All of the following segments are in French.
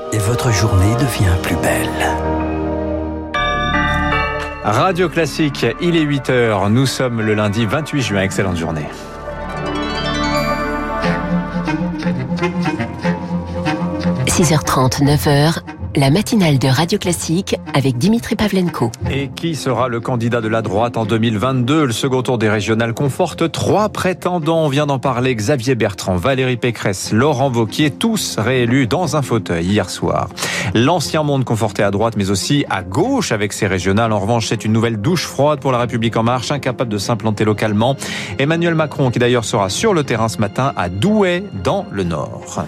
et votre journée devient plus belle. Radio Classique, il est 8h, nous sommes le lundi 28 juin, excellente journée. – 6h30, 9h, la matinale de Radio Classique avec Dimitri Pavlenko. Et qui sera le candidat de la droite en 2022 ? Le second tour des régionales conforte 3 prétendants. On vient d'en parler. Xavier Bertrand, Valérie Pécresse, Laurent Wauquiez, tous réélus dans un fauteuil hier soir. L'ancien monde conforté à droite, mais aussi à gauche avec ces régionales. En revanche, c'est une nouvelle douche froide pour La République En Marche, incapable de s'implanter localement. Emmanuel Macron, qui d'ailleurs sera sur le terrain ce matin à Douai, dans le Nord.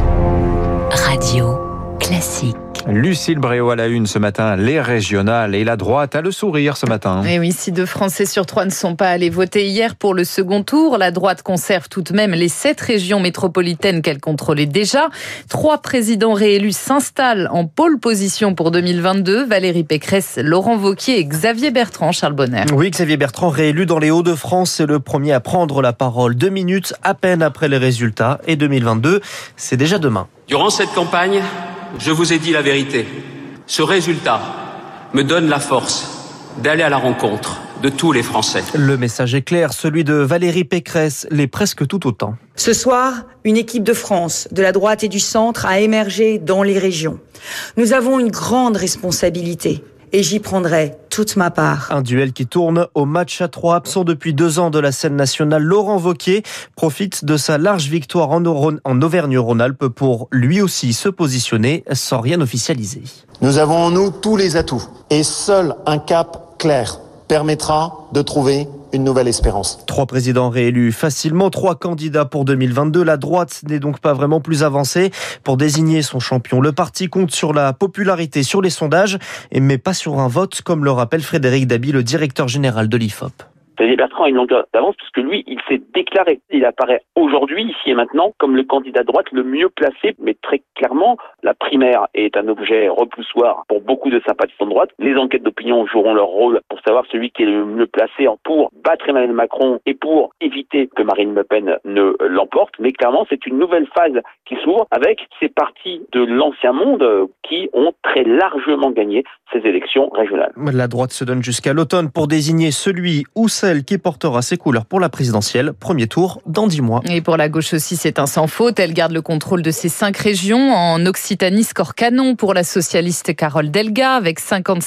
Radio Classique. Lucille Bréau à la une ce matin, les régionales et la droite a le sourire ce matin. Et oui, si 2 Français sur 3 ne sont pas allés voter hier pour le second tour, la droite conserve tout de même les 7 régions métropolitaines qu'elle contrôlait déjà. 3 présidents réélus s'installent en pole position pour 2022. Valérie Pécresse, Laurent Wauquiez et Xavier Bertrand, Charles Bonner. Oui, Xavier Bertrand réélu dans les Hauts-de-France, c'est le premier à prendre la parole. 2 minutes à peine après les résultats. Et 2022, c'est déjà demain. Durant cette campagne, je vous ai dit la vérité. Ce résultat me donne la force d'aller à la rencontre de tous les Français. Le message est clair, celui de Valérie Pécresse l'est presque tout autant. Ce soir, une équipe de France, de la droite et du centre a émergé dans les régions. Nous avons une grande responsabilité. Et j'y prendrai toute ma part. Un duel qui tourne au match à 3. Absent depuis 2 ans de la scène nationale, Laurent Wauquiez profite de sa large victoire en Auvergne-Rhône-Alpes pour lui aussi se positionner sans rien officialiser. Nous avons en nous tous les atouts et seul un cap clair permettra de trouver une nouvelle espérance. 3 présidents réélus facilement, 3 candidats pour 2022. La droite n'est donc pas vraiment plus avancée pour désigner son champion. Le parti compte sur la popularité, sur les sondages, mais pas sur un vote, comme le rappelle Frédéric Dabi, le directeur général de l'IFOP. Xavier Bertrand a une longueur d'avance parce que lui, il s'est déclaré. Il apparaît aujourd'hui, ici et maintenant, comme le candidat de droite le mieux placé. Mais très clairement, la primaire est un objet repoussoir pour beaucoup de sympathisants de droite. Les enquêtes d'opinion joueront leur rôle pour savoir celui qui est le mieux placé pour battre Emmanuel Macron et pour éviter que Marine Le Pen ne l'emporte. Mais clairement, c'est une nouvelle phase qui s'ouvre avec ces partis de l'ancien monde qui ont très largement gagné ces élections régionales. La droite se donne jusqu'à l'automne pour désigner celui ou celle qui portera ses couleurs pour la présidentielle. Premier tour dans 10 mois. Et pour la gauche aussi, c'est un sans faute. Elle garde le contrôle de ses 5 régions. En Occitanie, score canon pour la socialiste Carole Delga. Avec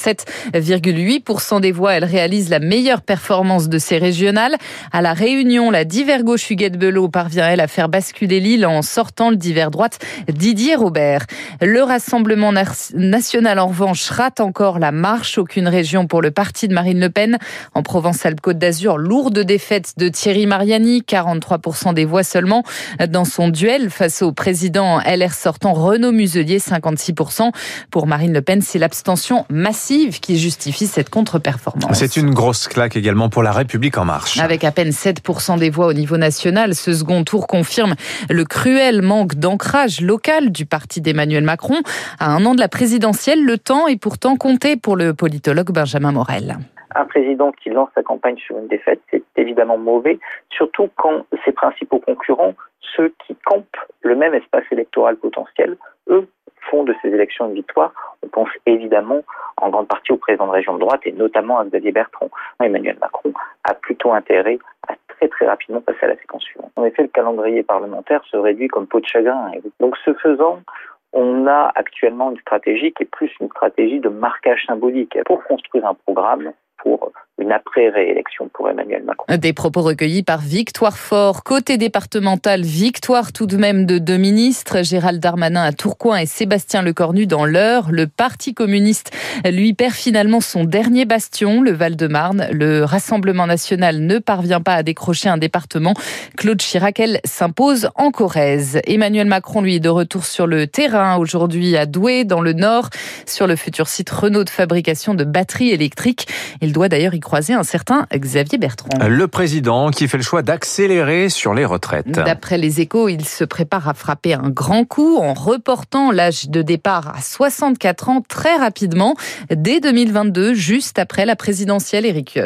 57,8% des voix, elle réalise la meilleure performance de ses régionales. À la Réunion, la divers gauche Huguette Belot parvient, elle, à faire basculer Lille en sortant le divers droite Didier Robert. Le Rassemblement national, en revanche, rate encore la marche. Aucune région pour le parti de Marine Le Pen. En Provence-Alpes-Côte d'Azur, lourde défaite de Thierry Mariani, 43% des voix seulement dans son duel face au président LR sortant Renaud Muselier, 56%. Pour Marine Le Pen, c'est l'abstention massive qui justifie cette contre-performance. C'est une grosse claque également pour La République En Marche. Avec à peine 7% des voix au niveau national, ce second tour confirme le cruel manque d'ancrage local du parti d'Emmanuel Macron. À 1 an de la présidentielle, le temps est pourtant compté pour le politologue Benjamin Morel. Un président qui lance sa campagne sur une défaite, c'est évidemment mauvais, surtout quand ses principaux concurrents, ceux qui campent le même espace électoral potentiel, eux, font de ces élections une victoire. On pense évidemment en grande partie au président de région de droite et notamment à Xavier Bertrand. Emmanuel Macron a plutôt intérêt à très très rapidement passer à la séquence suivante. En effet, le calendrier parlementaire se réduit comme peau de chagrin. Donc ce faisant, on a actuellement une stratégie qui est plus une stratégie de marquage symbolique pour construire un programme pour une après-réélection pour Emmanuel Macron. Des propos recueillis par Victoire Fort. Côté départemental, victoire tout de même de 2 ministres, Gérald Darmanin à Tourcoing et Sébastien Lecornu dans l'Eure. Le Parti communiste, lui, perd finalement son dernier bastion, le Val-de-Marne. Le Rassemblement national ne parvient pas à décrocher un département. Claude Chirac, elle, s'impose en Corrèze. Emmanuel Macron, lui, est de retour sur le terrain aujourd'hui à Douai, dans le Nord, sur le futur site Renault de fabrication de batteries électriques. Il doit d'ailleurs y croiser un certain Xavier Bertrand. Le président qui fait le choix d'accélérer sur les retraites. D'après les Échos, il se prépare à frapper un grand coup en reportant l'âge de départ à 64 ans très rapidement, dès 2022, juste après la présidentielle. Éric Kioch.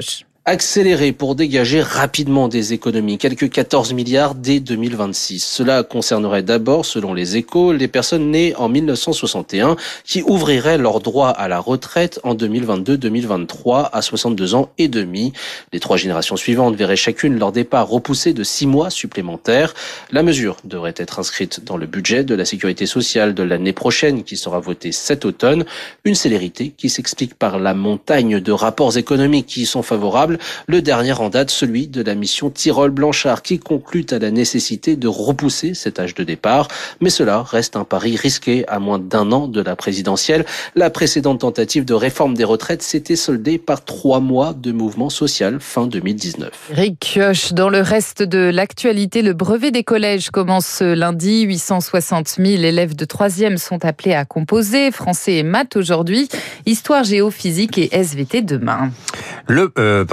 accélérer pour dégager rapidement des économies, quelques 14 milliards dès 2026. Cela concernerait d'abord, selon les Échos, les personnes nées en 1961 qui ouvriraient leur droit à la retraite en 2022-2023 à 62 ans et demi. Les 3 générations suivantes verraient chacune leur départ repoussé de 6 mois supplémentaires. La mesure devrait être inscrite dans le budget de la sécurité sociale de l'année prochaine qui sera voté cet automne. Une célérité qui s'explique par la montagne de rapports économiques qui y sont favorables. Le dernier en date, celui de la mission Tirole-Blanchard qui conclut à la nécessité de repousser cet âge de départ. Mais cela reste un pari risqué à moins d'1 an de la présidentielle. La précédente tentative de réforme des retraites s'était soldée par 3 mois de mouvement social fin 2019. Eric Kioch, dans le reste de l'actualité, le brevet des collèges commence ce lundi. 860 000 élèves de 3e sont appelés à composer. Français et maths aujourd'hui, histoire, géo, physique et SVT demain. Le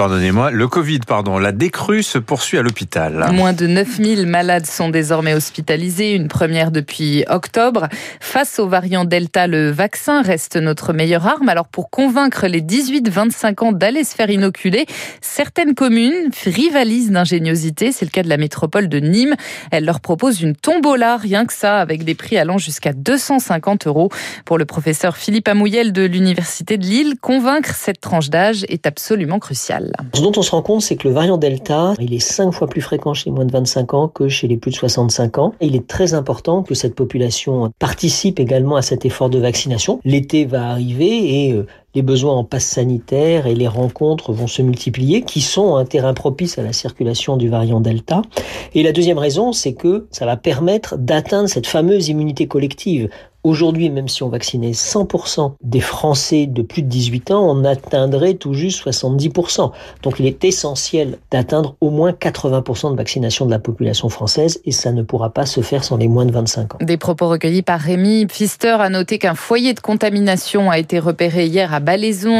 Covid, la décrue se poursuit à l'hôpital. Moins de 9000 malades sont désormais hospitalisés, une première depuis octobre. Face au variant Delta, le vaccin reste notre meilleure arme. Alors pour convaincre les 18-25 ans d'aller se faire inoculer, certaines communes rivalisent d'ingéniosité. C'est le cas de la métropole de Nîmes. Elle leur propose une tombola, rien que ça, avec des prix allant jusqu'à 250 €. Pour le professeur Philippe Amouyel de l'Université de Lille, convaincre cette tranche d'âge est absolument crucial. Ce dont on se rend compte, c'est que le variant Delta, il est 5 fois plus fréquent chez les moins de 25 ans que chez les plus de 65 ans. Et il est très important que cette population participe également à cet effort de vaccination. L'été va arriver et les besoins en passe sanitaire et les rencontres vont se multiplier, qui sont un terrain propice à la circulation du variant Delta. Et la deuxième raison, c'est que ça va permettre d'atteindre cette fameuse immunité collective. Aujourd'hui, même si on vaccinait 100% des Français de plus de 18 ans, on atteindrait tout juste 70%. Donc il est essentiel d'atteindre au moins 80% de vaccination de la population française et ça ne pourra pas se faire sans les moins de 25 ans. Des propos recueillis par Rémi Pfister. A noter qu'un foyer de contamination a été repéré hier à Balaison,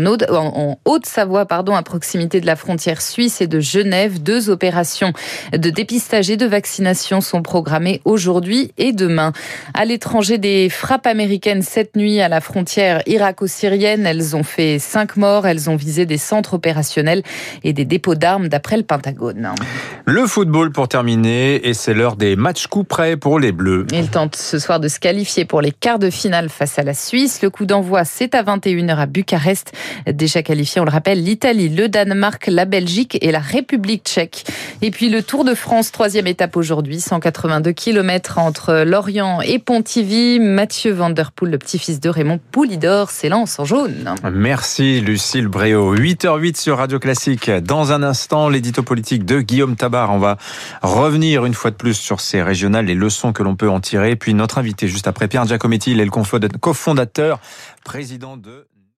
en Haute-Savoie, à proximité de la frontière suisse et de Genève. 2 opérations de dépistage et de vaccination sont programmées aujourd'hui et demain. À l'étranger, des frappes américaines cette nuit à la frontière irako-syrienne. Elles ont fait 5 morts. Elles ont visé des centres opérationnels et des dépôts d'armes d'après le Pentagone. Le football pour terminer et c'est l'heure des matchs coups près pour les Bleus. Ils tentent ce soir de se qualifier pour les quarts de finale face à la Suisse. Le coup d'envoi, c'est à 21h à Bucarest. Déjà qualifiés, on le rappelle, l'Italie, le Danemark, la Belgique et la République tchèque. Et puis le Tour de France, 3e étape aujourd'hui, 182 km entre Lorient et Pontivy. Mathieu Van Der Poel, le petit-fils de Raymond Poulidor, s'élance en jaune. Merci Lucille Bréau. 8h08 sur Radio Classique. Dans un instant, l'édito politique de Guillaume Tabar. On va revenir une fois de plus sur ces régionales, les leçons que l'on peut en tirer. Puis notre invité juste après, Pierre Giacometti, il est le cofondateur, président de